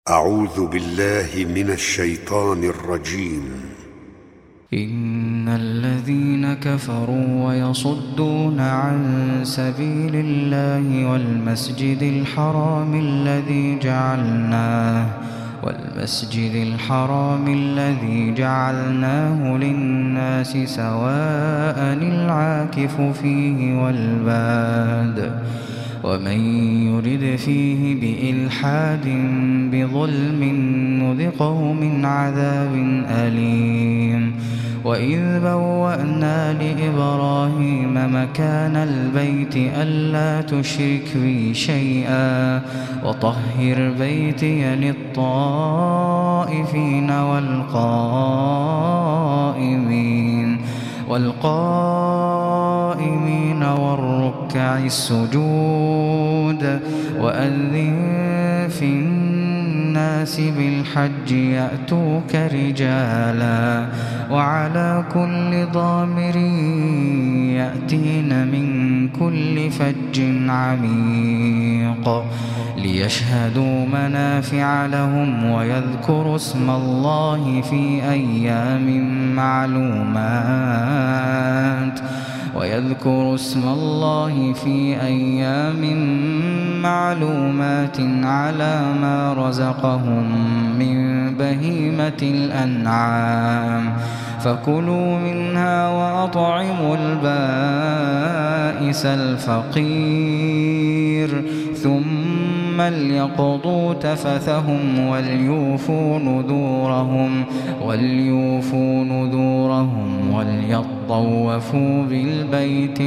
أعوذ بالله من الشيطان الرجيم. إن الذين كفروا ويصدون عن سبيل الله والمسجد الحرام الذي جعلناه للناس سواء العاكف فيه والباد ومن يرد فيه بإلحاد بظلم نذقه من عذاب أليم. وإذ بوأنا لإبراهيم مكان البيت ألا تشرك بي شيئا وطهر بيتي للطائفين والقائمين والركع السجود. وأذن في الناس بالحج يأتوك رجالا وعلى كل ضامر يأتين من كل فج عميق ليشهدوا منافع لهم ويذكروا اسم الله في أيام معلومات على ما رزقهم من بهيمة الأنعام فكلوا منها وأطعموا البائس الفقير ثم ليقضوا تفثهم وليوفوا نذورهم وليطوفوا بالبيت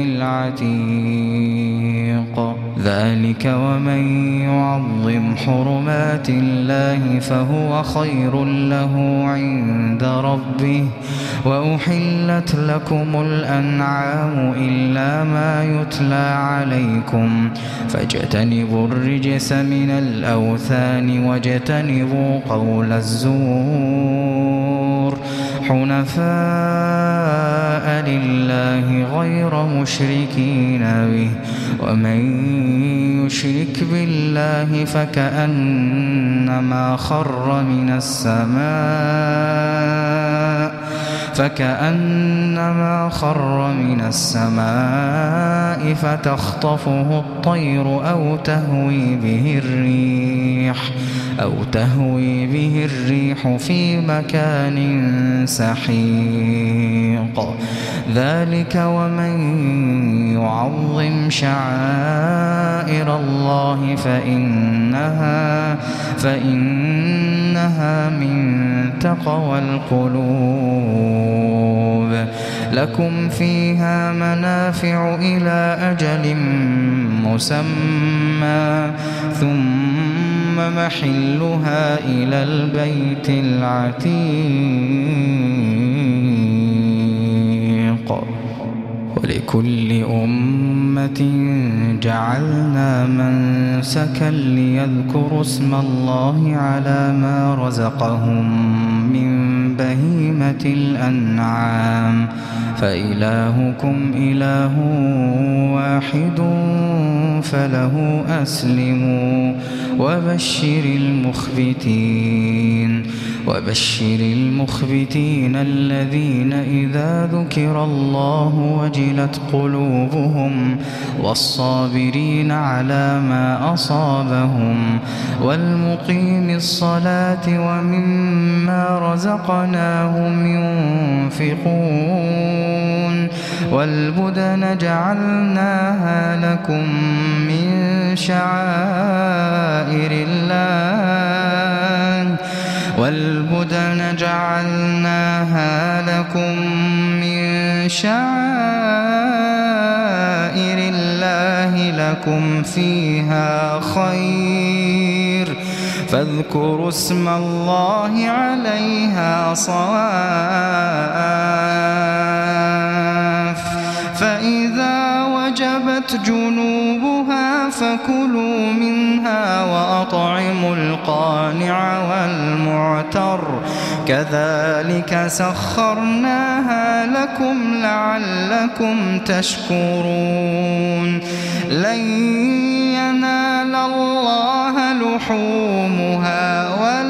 العتيق. ذلك ومن يعظم حرمات الله فهو خير له عند ربه. وأحلت لكم الأنعام إلا ما يتلى عليكم فاجتنبوا الرجس من الأوثان واجتنبوا قول الزور حنفاء لله غير مشركين به. ومن يشرك بالله فكأنما خر من السماء فتخطفه الطير أو تهوي به الريح في مكان سحيق. ذلك ومن يعظم شعائر الله فإنها من تقوى القلوب. لكم فيها منافع إلى أجل مسمى ثم محلها إلى البيت العتيق. ولكل أمة جعلنا منسكا ليذكروا اسم الله على ما رزقهم من بهيمة الأنعام فإلهكم إله واحد فله أسلموا. وبشر المخبتين الذين إذا ذكر الله وجلت قلوبهم والصابرين على ما أصابهم والمقيم الصلاة ومما رزقناهم ينفقون. والبدن جعلناها لكم من شعائر الله لكم فيها خير فاذكروا اسم الله عليها صواف. فإذا وجبت جنوبها فكلوا منها وأطعموا القانع والمعتر كذلك سخرناها لكم لعلكم تشكرون. لن ينال الله لحومها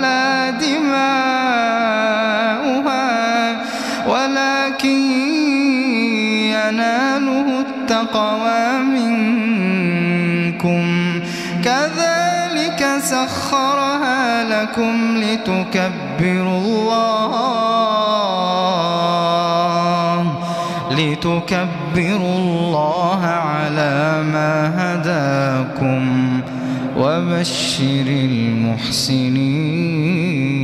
يناله التقوى منكم كذلك سخرها لكم لتكبروا الله على ما هداكم وبشر المحسنين.